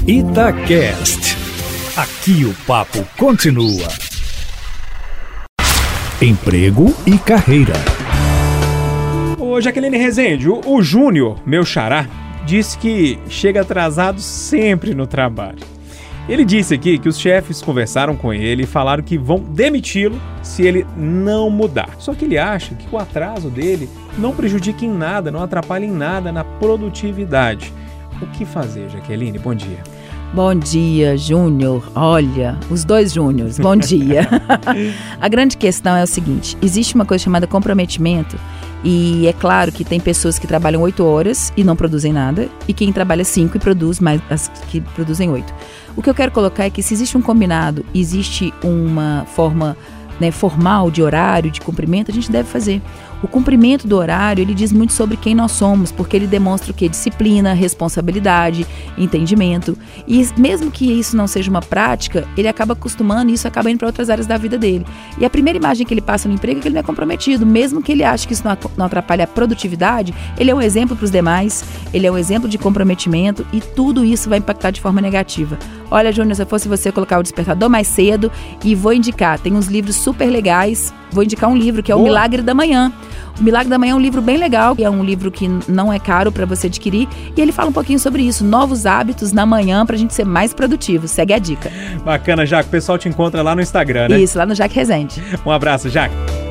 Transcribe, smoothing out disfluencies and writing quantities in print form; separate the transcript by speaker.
Speaker 1: Itacast. Aqui o papo continua. Emprego e carreira.
Speaker 2: Ô Jaqueline Rezende, o Júnior, meu xará, disse que chega atrasado sempre no trabalho. Ele disse aqui que os chefes conversaram com ele e falaram que vão demiti-lo se ele não mudar. Só que ele acha que o atraso dele não prejudica em nada, não atrapalha em nada na produtividade. O que fazer, Jaqueline? Bom dia.
Speaker 3: Bom dia, Júnior. Olha, os dois Júniors, bom dia. A grande questão é o seguinte, existe uma coisa chamada comprometimento e é claro que tem pessoas que trabalham 8 horas e não produzem nada e quem trabalha 5 e produz mais as que produzem 8. O que eu quero colocar é que se existe um combinado, existe uma forma formal de horário, de cumprimento, a gente deve fazer. O cumprimento do horário, ele diz muito sobre quem nós somos, porque ele demonstra o quê? Disciplina, responsabilidade, entendimento. E mesmo que isso não seja uma prática, ele acaba acostumando e isso acaba indo para outras áreas da vida dele. E a primeira imagem que ele passa no emprego é que ele não é comprometido. Mesmo que ele ache que isso não atrapalha a produtividade, ele é um exemplo para os demais, ele é um exemplo de comprometimento e tudo isso vai impactar de forma negativa. Olha, Júnior, se eu fosse você colocar o despertador mais cedo e vou indicar, tem uns livros super legais, vou indicar um livro que é O Milagre da Manhã. O Milagre da Manhã é um livro bem legal, é um livro que não é caro para você adquirir e ele fala um pouquinho sobre isso, novos hábitos na manhã pra gente ser mais produtivo. Segue a dica.
Speaker 2: Bacana, Jaque. O pessoal te encontra lá no Instagram, né?
Speaker 3: Isso, lá no Jaque Rezende.
Speaker 2: Um abraço, Jaque.